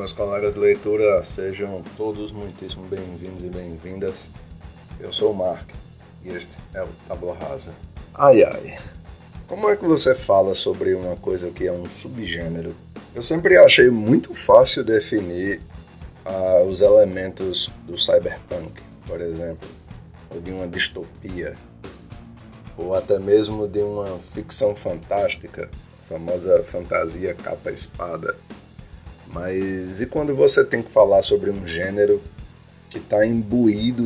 Meus colegas de leitura, sejam todos muitíssimo bem-vindos e bem-vindas. Eu sou o Mark e este é o Tábua Rasa. Ai, como é que você fala sobre uma coisa que é um subgênero? Eu sempre achei muito fácil definir os elementos do cyberpunk, por exemplo, ou de uma distopia, ou até mesmo de uma ficção fantástica, a famosa fantasia capa-espada. Mas e quando você tem que falar sobre um gênero que está imbuído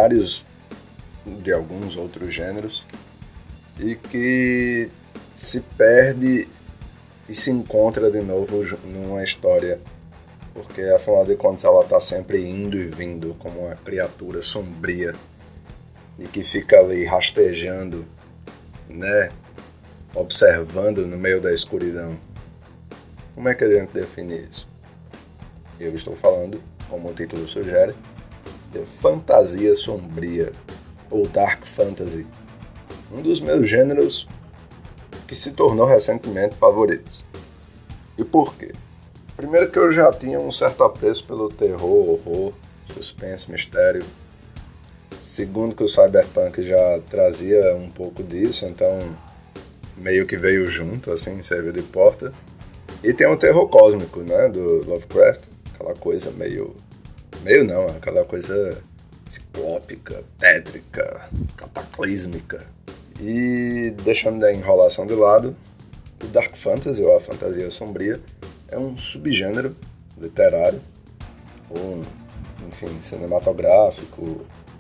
de alguns outros gêneros e que se perde e se encontra de novo numa história, porque afinal de contas ela está sempre indo e vindo como uma criatura sombria e que fica ali rastejando, né, observando no meio da escuridão. Como é que a gente define isso? Eu estou falando, como o título sugere, de fantasia sombria, ou dark fantasy, um dos meus gêneros que se tornou recentemente favoritos. E por quê? Primeiro que eu já tinha um certo apreço pelo terror, horror, suspense, mistério. Segundo que o cyberpunk já trazia um pouco disso, então meio que veio junto, assim, serviu de porta. E tem o terror cósmico, né, do Lovecraft, aquela coisa aquela coisa ciclópica, tétrica, cataclísmica. E deixando a enrolação de lado, o Dark Fantasy, ou a fantasia sombria, é um subgênero literário, ou enfim, cinematográfico,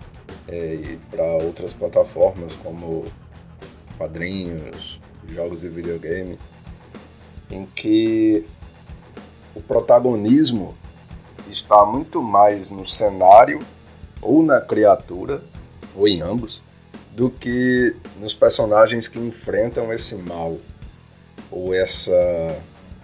e para outras plataformas como quadrinhos, jogos de videogame, em que o protagonismo está muito mais no cenário ou na criatura, ou em ambos, do que nos personagens que enfrentam esse mal ou essa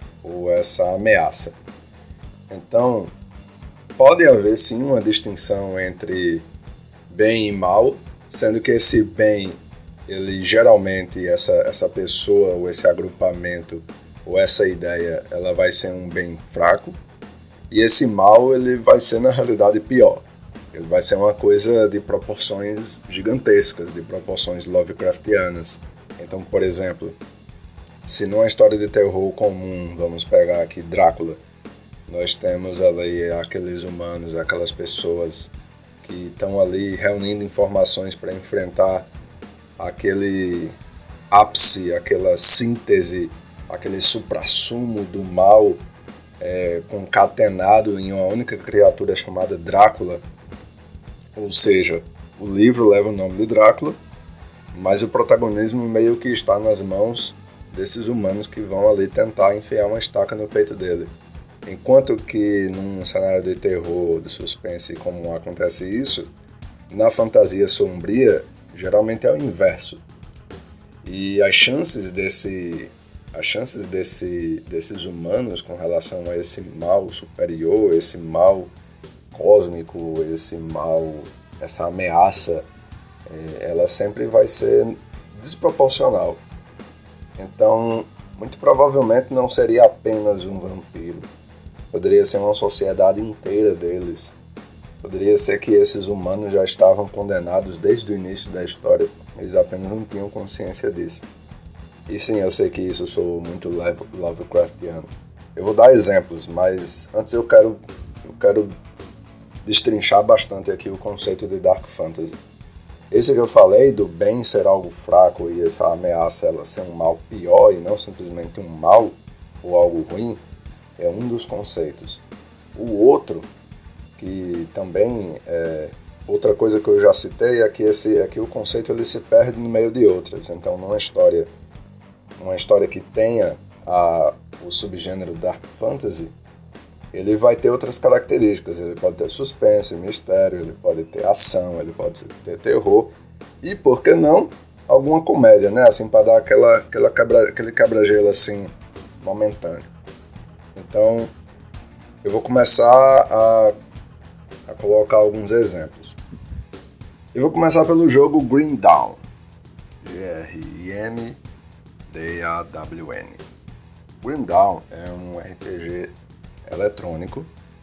ameaça. Então, pode haver sim uma distinção entre bem e mal, sendo que esse bem, ele geralmente, essa pessoa ou esse agrupamento ou essa ideia, ela vai ser um bem fraco, e esse mal, ele vai ser na realidade pior. Ele vai ser uma coisa de proporções gigantescas, de proporções Lovecraftianas. Então, por exemplo, se numa história de terror comum, vamos pegar aqui Drácula, nós temos ali aqueles humanos, aquelas pessoas que estão ali reunindo informações para enfrentar aquele ápice, aquela síntese, aquele suprassumo do mal concatenado em uma única criatura chamada Drácula. Ou seja, o livro leva o nome de Drácula, mas o protagonismo meio que está nas mãos desses humanos que vão ali tentar enfiar uma estaca no peito dele. Enquanto que num cenário de terror, de suspense, como acontece isso, na fantasia sombria, geralmente é o inverso. E as chances desses humanos com relação a esse mal superior, esse mal cósmico, esse mal, essa ameaça, ela sempre vai ser desproporcional. Então, muito provavelmente não seria apenas um vampiro. Poderia ser uma sociedade inteira deles. Poderia ser que esses humanos já estavam condenados desde o início da história. Eles apenas não tinham consciência disso. E sim, eu sei que isso sou muito Lovecraftiano. Eu vou dar exemplos, mas antes eu quero destrinchar bastante aqui o conceito de Dark Fantasy. Esse que eu falei, do bem ser algo fraco e essa ameaça ela ser um mal pior e não simplesmente um mal ou algo ruim, é um dos conceitos. O outro, que também é outra coisa que eu já citei, é que o conceito ele se perde no meio de outras. Então, numa história que tenha o subgênero Dark Fantasy, ele vai ter outras características. Ele pode ter suspense, mistério, ele pode ter ação, ele pode ter terror e, por que não, alguma comédia, né? Assim, para dar aquele quebra-gelo assim, momentâneo. Então, eu vou começar a colocar alguns exemplos. Eu vou começar pelo jogo Grim Dawn. GRIMDAWN. Grim Dawn é um RPG eletrônico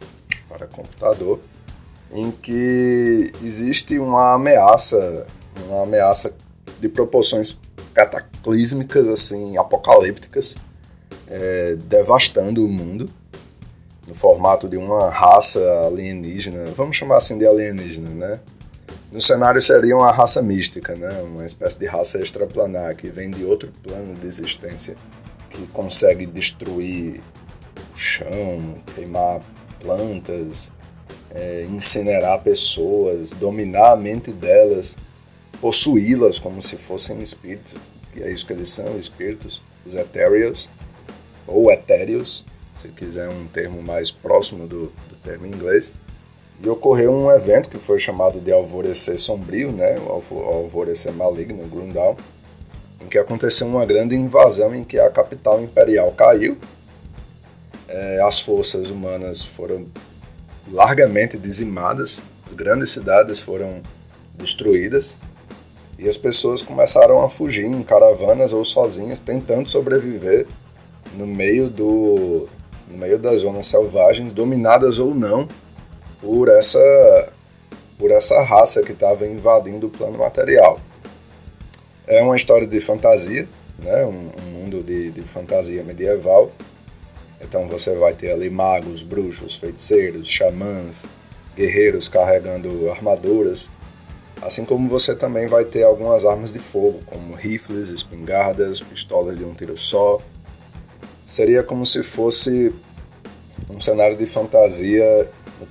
para computador, em que existe uma ameaça de proporções cataclísmicas, assim, apocalípticas, devastando o mundo, no formato de uma raça alienígena, vamos chamar assim de alienígena, né? No cenário seria uma raça mística, né? Uma espécie de raça extraplanar que vem de outro plano de existência, que consegue destruir o chão, queimar plantas, incinerar pessoas, dominar a mente delas, possuí-las como se fossem espíritos, que é isso que eles são, espíritos, os etéreos, ou etéreos, se quiser um termo mais próximo do termo em inglês. E ocorreu um evento que foi chamado de Alvorecer Sombrio, né? O Alvorecer Maligno, Grundal, em que aconteceu uma grande invasão em que a capital imperial caiu, as forças humanas foram largamente dizimadas, as grandes cidades foram destruídas e as pessoas começaram a fugir em caravanas ou sozinhas, tentando sobreviver no meio das zonas selvagens, dominadas ou não por essa raça que estava invadindo o plano material. É uma história de fantasia, né? Um mundo de fantasia medieval. Então você vai ter ali magos, bruxos, feiticeiros, xamãs, guerreiros carregando armaduras, assim como você também vai ter algumas armas de fogo, como rifles, espingardas, pistolas de um tiro só. Seria como se fosse um cenário de fantasia no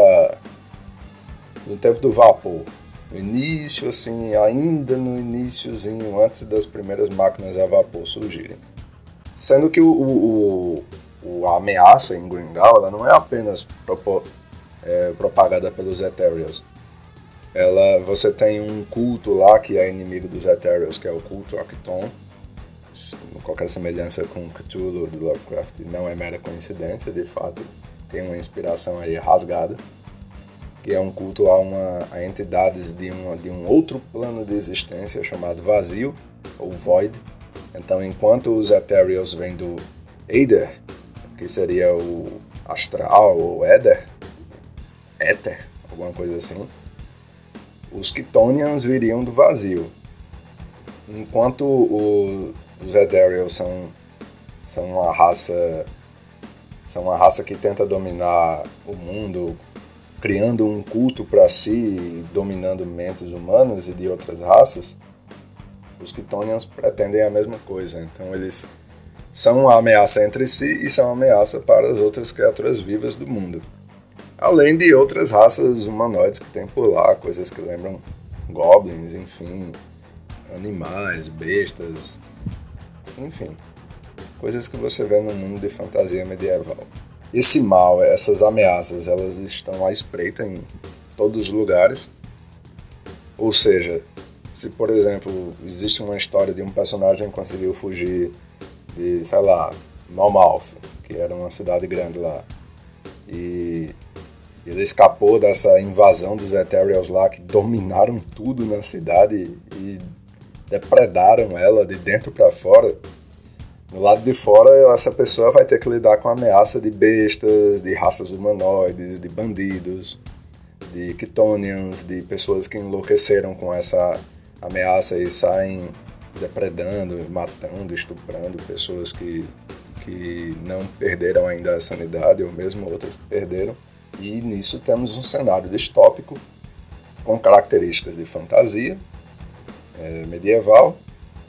tempo do vapor. No início, assim, ainda no iniciozinho, antes das primeiras máquinas a vapor surgirem. Sendo que a ameaça em Gringal, ela não é apenas propagada pelos Ethereals. Você tem um culto lá que é inimigo dos Ethereals, que é o culto Acton. Qualquer semelhança com Cthulhu do Lovecraft não é mera coincidência, de fato tem uma inspiração aí rasgada, que é um culto a entidades de um outro plano de existência chamado Vazio, ou Void. Então, enquanto os Ethereals vêm do Aether, que seria o astral, ou Éter, alguma coisa assim, os Chthonians viriam do Vazio. Enquanto os Ethereals são uma raça que tenta dominar o mundo, criando um culto para si e dominando mentes humanas e de outras raças, os Chthonians pretendem a mesma coisa. Então eles são uma ameaça entre si e são uma ameaça para as outras criaturas vivas do mundo. Além de outras raças humanoides que tem por lá, coisas que lembram goblins, enfim, animais, bestas, enfim, coisas que você vê no mundo de fantasia medieval. Esse mal, essas ameaças, elas estão à espreita em todos os lugares. Ou seja, se, por exemplo, existe uma história de um personagem que conseguiu fugir de, sei lá, Malmouth, que era uma cidade grande lá, e ele escapou dessa invasão dos Ethereals lá, que dominaram tudo na cidade e depredaram ela de dentro para fora. Do lado de fora, essa pessoa vai ter que lidar com a ameaça de bestas, de raças humanoides, de bandidos, de Chthonians, de pessoas que enlouqueceram com essa ameaça e saem depredando, matando, estuprando pessoas que não perderam ainda a sanidade, ou mesmo outras que perderam. E nisso temos um cenário distópico com características de fantasia medieval,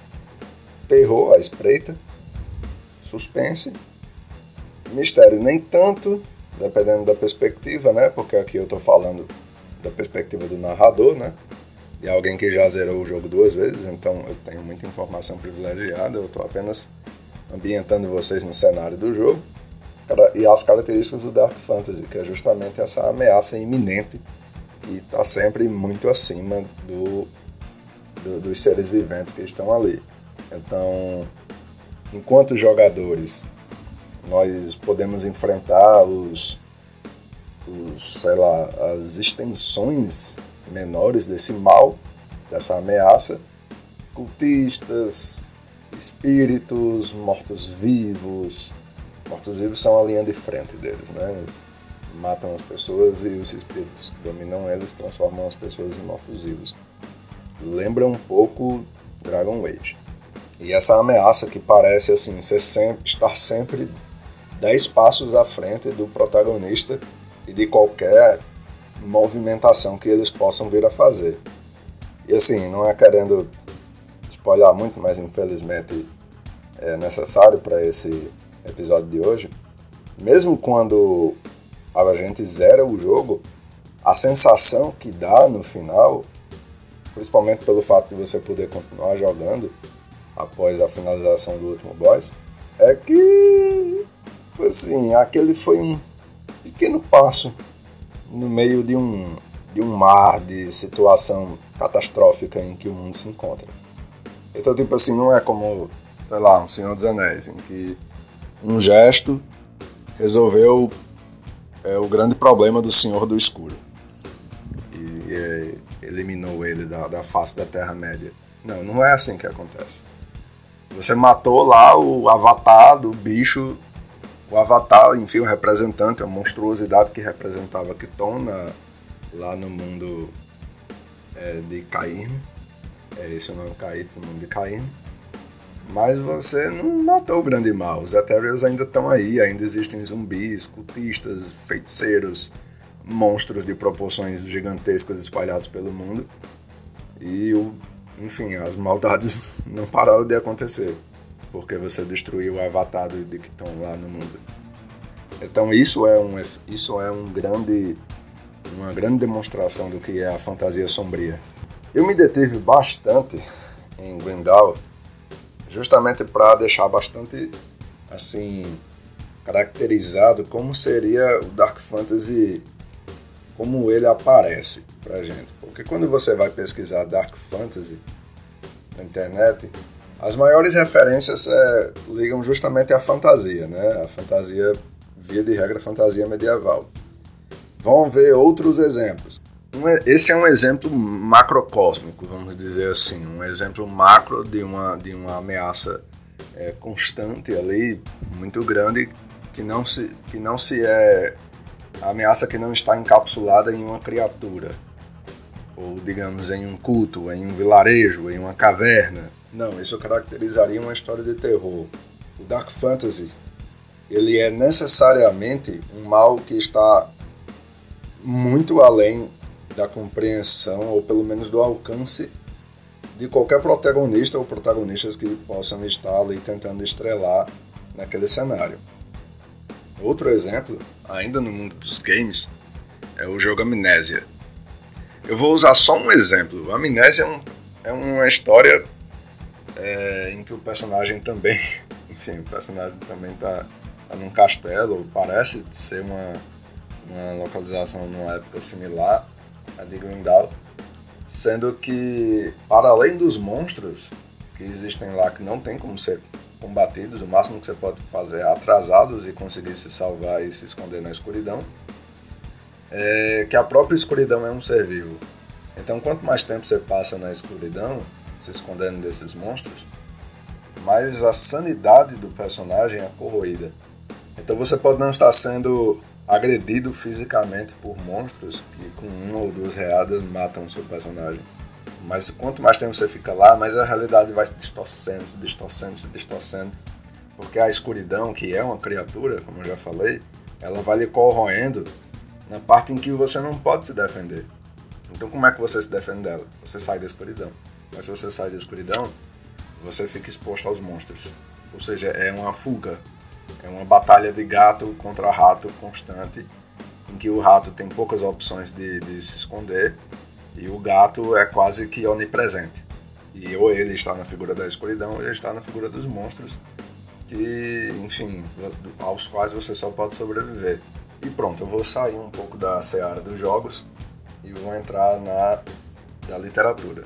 terror à espreita, suspense, mistério nem tanto, dependendo da perspectiva, né? Porque aqui eu estou falando da perspectiva do narrador, né? De alguém que já zerou o jogo 2 vezes, então eu tenho muita informação privilegiada, eu estou apenas ambientando vocês no cenário do jogo e as características do Dark Fantasy, que é justamente essa ameaça iminente que está sempre muito acima dos seres viventes que estão ali. Então, enquanto jogadores, nós podemos enfrentar as extensões menores desse mal, dessa ameaça, cultistas, espíritos, mortos-vivos. Mortos-vivos são a linha de frente deles, né? matam as pessoas e os espíritos que dominam eles transformam as pessoas em mortos-vivos. Lembra um pouco Dragon Age. E essa ameaça que parece assim, estar sempre 10 passos à frente do protagonista e de qualquer movimentação que eles possam vir a fazer. E assim, não é querendo spoiler muito, mas infelizmente é necessário para esse episódio de hoje. Mesmo quando a gente zera o jogo, a sensação que dá no final, principalmente pelo fato de você poder continuar jogando após a finalização do último boss, é que assim, aquele foi um pequeno passo no meio de um mar de situação catastrófica em que o mundo se encontra. Então, tipo assim, não é como, sei lá, um Senhor dos Anéis, em que um gesto resolveu o grande problema do Senhor do Escuro e eliminou ele da face da Terra-média. Não é assim que acontece. Você matou lá o avatar do bicho, o avatar, enfim, o representante, a monstruosidade que representava Chthon lá no mundo de Cairn. Esse é o nome Cairn, no mundo de Cairn. Mas você não matou o grande mal. Os Ethereals ainda estão aí, ainda existem zumbis, cultistas, feiticeiros, monstros de proporções gigantescas espalhados pelo mundo. E, enfim, as maldades não pararam de acontecer, porque você destruiu o avatar de Chthon lá no mundo. Então isso é uma grande demonstração do que é a fantasia sombria. Eu me detive bastante em Grindahl, justamente para deixar bastante assim caracterizado como seria o Dark Fantasy, como ele aparece pra gente. Porque quando você vai pesquisar Dark Fantasy na internet, as maiores referências ligam justamente à fantasia, né? A fantasia, via de regra, fantasia medieval. Vão ver outros exemplos. Esse é um exemplo macrocósmico, vamos dizer assim, um exemplo macro de uma ameaça constante ali, muito grande, que não se é a ameaça que não está encapsulada em uma criatura, ou digamos em um culto, em um vilarejo, em uma caverna. Não, isso caracterizaria uma história de terror. O Dark Fantasy, ele é necessariamente um mal que está muito além da compreensão, ou pelo menos do alcance de qualquer protagonista ou protagonistas que possam estar ali tentando estrelar naquele cenário. Outro exemplo, ainda no mundo dos games, é o jogo Amnésia. Eu vou usar só um exemplo. Amnésia é uma história em que o personagem também, enfim, o personagem também está num castelo, parece ser uma localização numa época similar à de Grindahl, sendo que, para além dos monstros que existem lá, que não tem como ser combatidos, o máximo que você pode fazer é atrasá-los e conseguir se salvar e se esconder na escuridão, que a própria escuridão é um ser vivo. Então, quanto mais tempo você passa na escuridão, se escondendo desses monstros, mais a sanidade do personagem é corroída. Então você pode não estar sendo agredido fisicamente por monstros que com uma ou duas readas matam o seu personagem. Mas quanto mais tempo você fica lá, mais a realidade vai se distorcendo. Porque a escuridão, que é uma criatura, como eu já falei, ela vai lhe corroendo na parte em que você não pode se defender. Então como é que você se defende dela? Você sai da escuridão. Mas se você sai da escuridão, você fica exposto aos monstros. Ou seja, é uma fuga. É uma batalha de gato contra rato constante, em que o rato tem poucas opções de se esconder e o gato é quase que onipresente. E ou ele está na figura da escuridão ou ele está na figura dos monstros, que, enfim, aos quais você só pode sobreviver. E pronto, eu vou sair um pouco da seara dos jogos e vou entrar da literatura.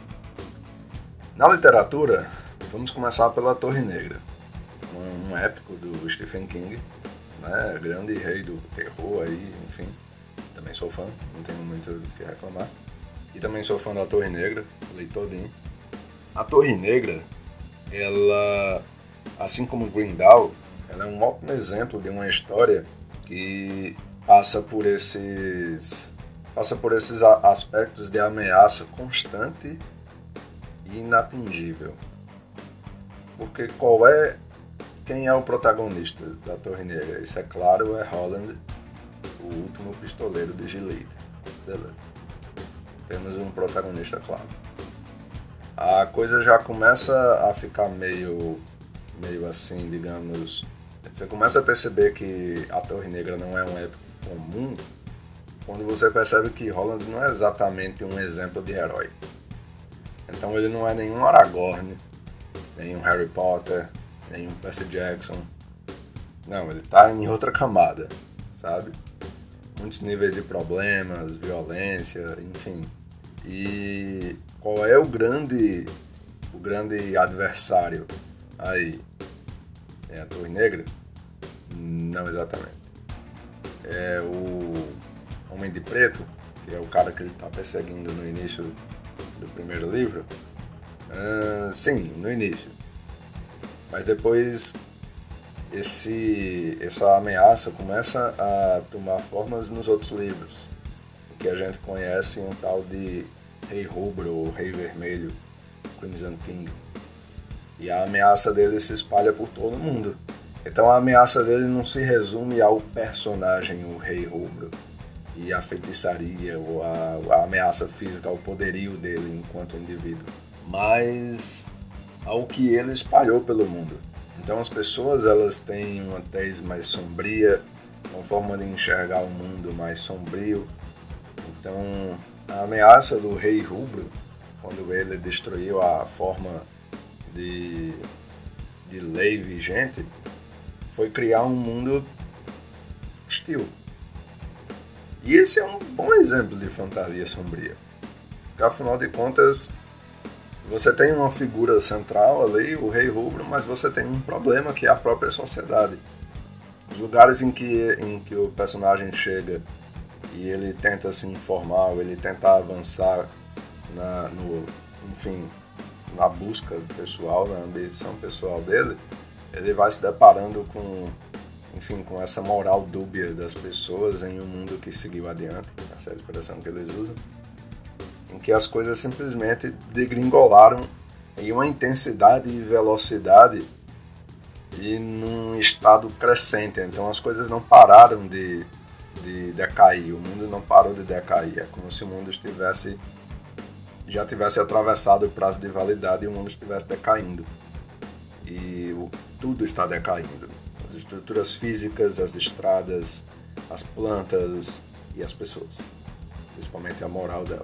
Na literatura, vamos começar pela Torre Negra, um épico do Stephen King, né? Grande rei do terror aí, enfim. Também sou fã, não tenho muito o que reclamar. E também sou fã da Torre Negra, li todinho. A Torre Negra, ela, assim como Grindahl, ela é um ótimo exemplo de uma história que passa por esses aspectos de ameaça constante e inatingível. Porque quem é o protagonista da Torre Negra? Isso é claro, é Holland, o último pistoleiro de Gilead. Beleza. Temos um protagonista claro. A coisa já começa a ficar meio assim, digamos. Você começa a perceber que a Torre Negra não é um épico comum quando você percebe que Holland não é exatamente um exemplo de herói. Então ele não é nenhum Aragorn, nenhum Harry Potter, nenhum Percy Jackson. Não, ele tá em outra camada, sabe? Muitos níveis de problemas, violência, enfim. E qual é o grande adversário aí? É a Torre Negra? Não exatamente. É o Homem de Preto, que é o cara que ele está perseguindo no início do primeiro livro. Sim, no início. Mas depois essa ameaça começa a tomar formas nos outros livros, que a gente conhece um tal de Rei Rubro ou Rei Vermelho, Crimson King. E a ameaça dele se espalha por todo mundo. Então a ameaça dele não se resume ao personagem, o Rei Rubro, e a feitiçaria, ou a ameaça física, ao poderio dele enquanto indivíduo, mas ao que ele espalhou pelo mundo. Então as pessoas, elas têm uma tez mais sombria, uma forma de enxergar o mundo mais sombrio. Então a ameaça do Rei Rubro, quando ele destruiu a forma de lei vigente, foi criar um mundo hostil. E esse é um bom exemplo de fantasia sombria. Porque, afinal de contas, você tem uma figura central ali, o Rei Rubro, mas você tem um problema que é a própria sociedade. Os lugares em que o personagem chega e ele tenta se informar, ele tenta avançar na busca pessoal, na ambição pessoal dele, ele vai se deparando com essa moral dúbia das pessoas em um mundo que seguiu adiante, essa é a expressão que eles usam, em que as coisas simplesmente degringolaram em uma intensidade e velocidade e num estado crescente. Então as coisas não pararam de decair, o mundo não parou de decair, é como se o mundo já tivesse atravessado o prazo de validade e o mundo estivesse decaindo. E tudo está decaindo. As estruturas físicas, as estradas, as plantas e as pessoas. Principalmente a moral delas.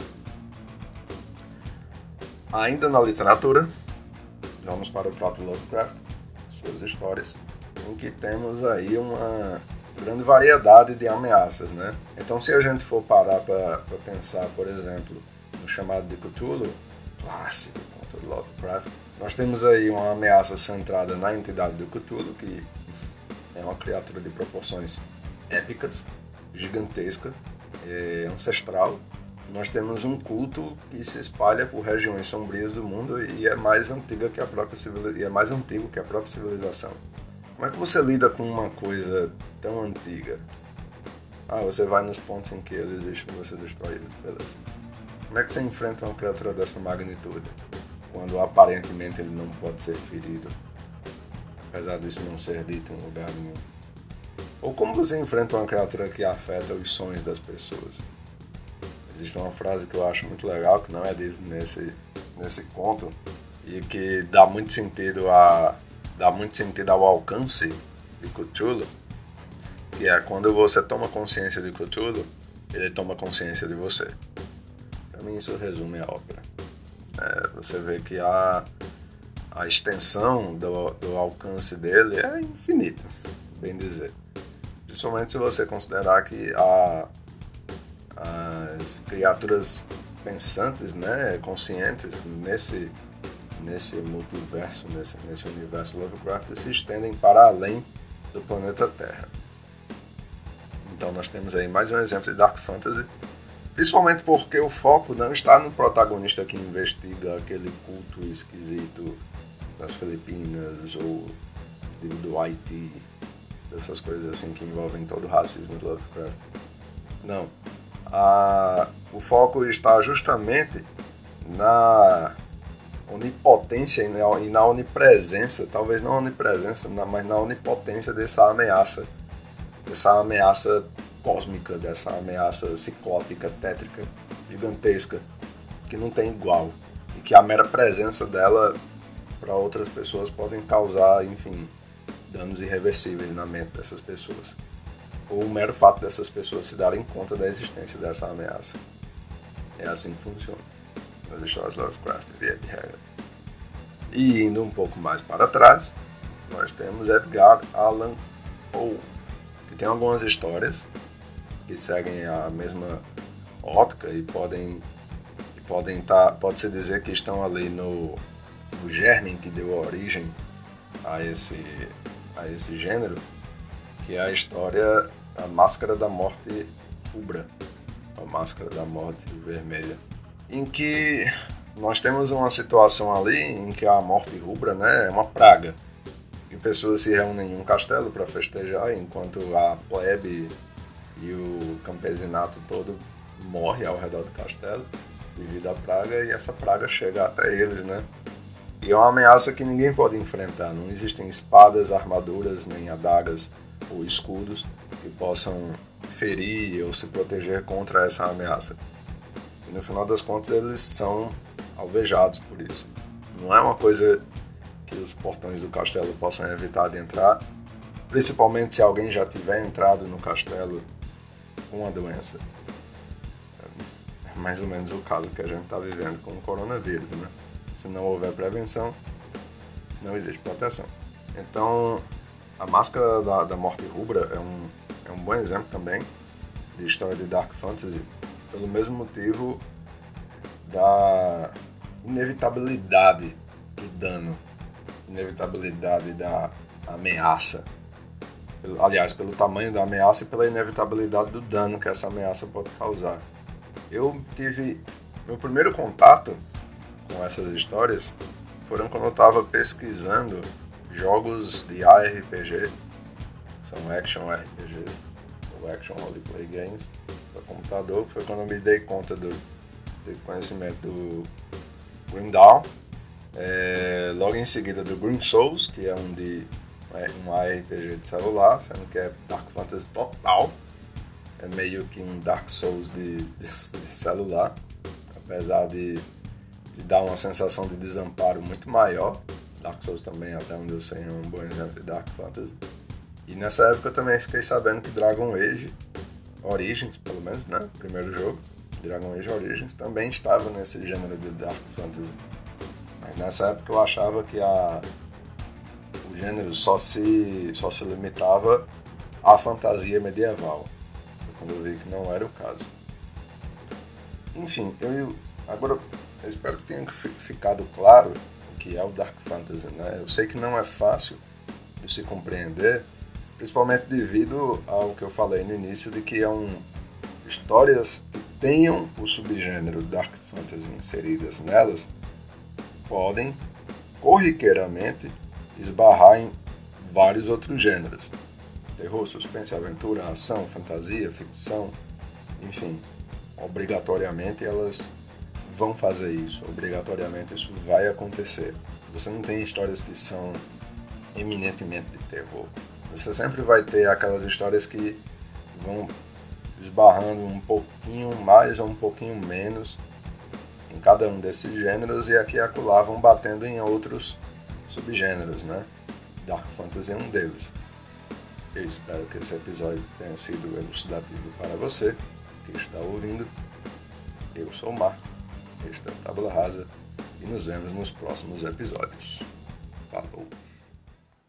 Ainda na literatura, vamos para o próprio Lovecraft, suas histórias, em que temos aí uma grande variedade de ameaças, né? Então, se a gente for parar para pensar, por exemplo, no chamado de Cthulhu, clássico conto de Lovecraft, nós temos aí uma ameaça centrada na entidade do Cthulhu, que é uma criatura de proporções épicas, gigantesca, ancestral. Nós temos um culto que se espalha por regiões sombrias do mundo e é mais antigo que a própria civilização. Como é que você lida com uma coisa tão antiga? Você vai nos pontos em que ele existe e você destrói eles, beleza. Como é que você enfrenta uma criatura dessa magnitude, quando aparentemente ele não pode ser ferido, apesar disso não ser dito em lugar nenhum? Ou como você enfrenta uma criatura que afeta os sonhos das pessoas? Existe uma frase que eu acho muito legal, que não é dita nesse conto, e que dá muito sentido ao alcance de Cthulhu, que é: quando você toma consciência de Cthulhu, ele toma consciência de você. Para mim isso resume a ópera. Você vê que a extensão do alcance dele é infinita, bem dizer. Principalmente se você considerar que as criaturas pensantes, né, conscientes nesse multiverso, nesse universo Lovecraft, se estendem para além do planeta Terra. Então nós temos aí mais um exemplo de Dark Fantasy, principalmente porque o foco não está no protagonista que investiga aquele culto esquisito das Filipinas ou do Haiti, dessas coisas assim que envolvem todo o racismo do Lovecraft. Não. O foco está justamente na onipotência e na onipresença, talvez não onipresença, mas na onipotência dessa ameaça cósmica, dessa ameaça ciclópica, tétrica, gigantesca, que não tem igual, e que a mera presença dela para outras pessoas podem causar, enfim, danos irreversíveis na mente dessas pessoas, ou o mero fato dessas pessoas se darem conta da existência dessa ameaça. É assim que funciona nas histórias de Lovecraft, via de regra. E indo um pouco mais para trás, nós temos Edgar Allan Poe, que tem algumas histórias que seguem a mesma ótica e pode-se dizer que estão ali no germe que deu origem a esse gênero, que é a história A Máscara da Morte Rubra, a Máscara da Morte Vermelha, em que nós temos uma situação ali em que a morte rubra, né, é uma praga, e pessoas se reúnem em um castelo para festejar, enquanto a plebe e o campesinato todo morre ao redor do castelo devido à praga, e essa praga chega até eles, né? E é uma ameaça que ninguém pode enfrentar. Não existem espadas, armaduras, nem adagas ou escudos que possam ferir ou se proteger contra essa ameaça. E no final das contas eles são alvejados por isso. Não é uma coisa que os portões do castelo possam evitar de entrar, principalmente se alguém já tiver entrado no castelo com a doença. É mais ou menos o caso que a gente está vivendo com o coronavírus, né? Se não houver prevenção, não existe proteção. Então, a Máscara da Morte Rubra é um bom exemplo também de história de Dark Fantasy, pelo mesmo motivo da inevitabilidade do dano, inevitabilidade da ameaça. Aliás, pelo tamanho da ameaça e pela inevitabilidade do dano que essa ameaça pode causar. Eu tive meu primeiro contato com essas histórias foram quando eu estava pesquisando jogos de ARPG, são Action RPGs, ou Action Roleplay Games, para computador, que foi quando eu me dei conta teve conhecimento do Grim Dawn, logo em seguida do Grim Souls, que é um ARPG de celular, sendo que é Dark Fantasy total, é meio que um Dark Souls de celular, apesar de dar uma sensação de desamparo muito maior. Dark Souls também, até onde eu sei, é um bom exemplo de Dark Fantasy. E nessa época eu também fiquei sabendo que Dragon Age Origins, pelo menos, né, o primeiro jogo, Dragon Age Origins, também estava nesse gênero de Dark Fantasy. Mas nessa época eu achava que o gênero só se limitava à fantasia medieval. Foi quando eu vi que não era o caso. Enfim, agora eu espero que tenha ficado claro o que é o Dark Fantasy, né? Eu sei que não é fácil de se compreender, principalmente devido ao que eu falei no início, de que histórias que tenham o subgênero Dark Fantasy inseridas nelas podem, corriqueiramente, esbarrar em vários outros gêneros. Terror, suspense, aventura, ação, fantasia, ficção, enfim, obrigatoriamente elas vão fazer isso, obrigatoriamente isso vai acontecer. Você não tem histórias que são eminentemente de terror. Você sempre vai ter aquelas histórias que vão esbarrando um pouquinho mais ou um pouquinho menos em cada um desses gêneros, e aqui e acolá vão batendo em outros subgêneros, né? Dark Fantasy é um deles. Eu espero que esse episódio tenha sido elucidativo para você que está ouvindo. Eu sou o Marco, este é o Tábula Rasa, e nos vemos nos próximos episódios. Falou!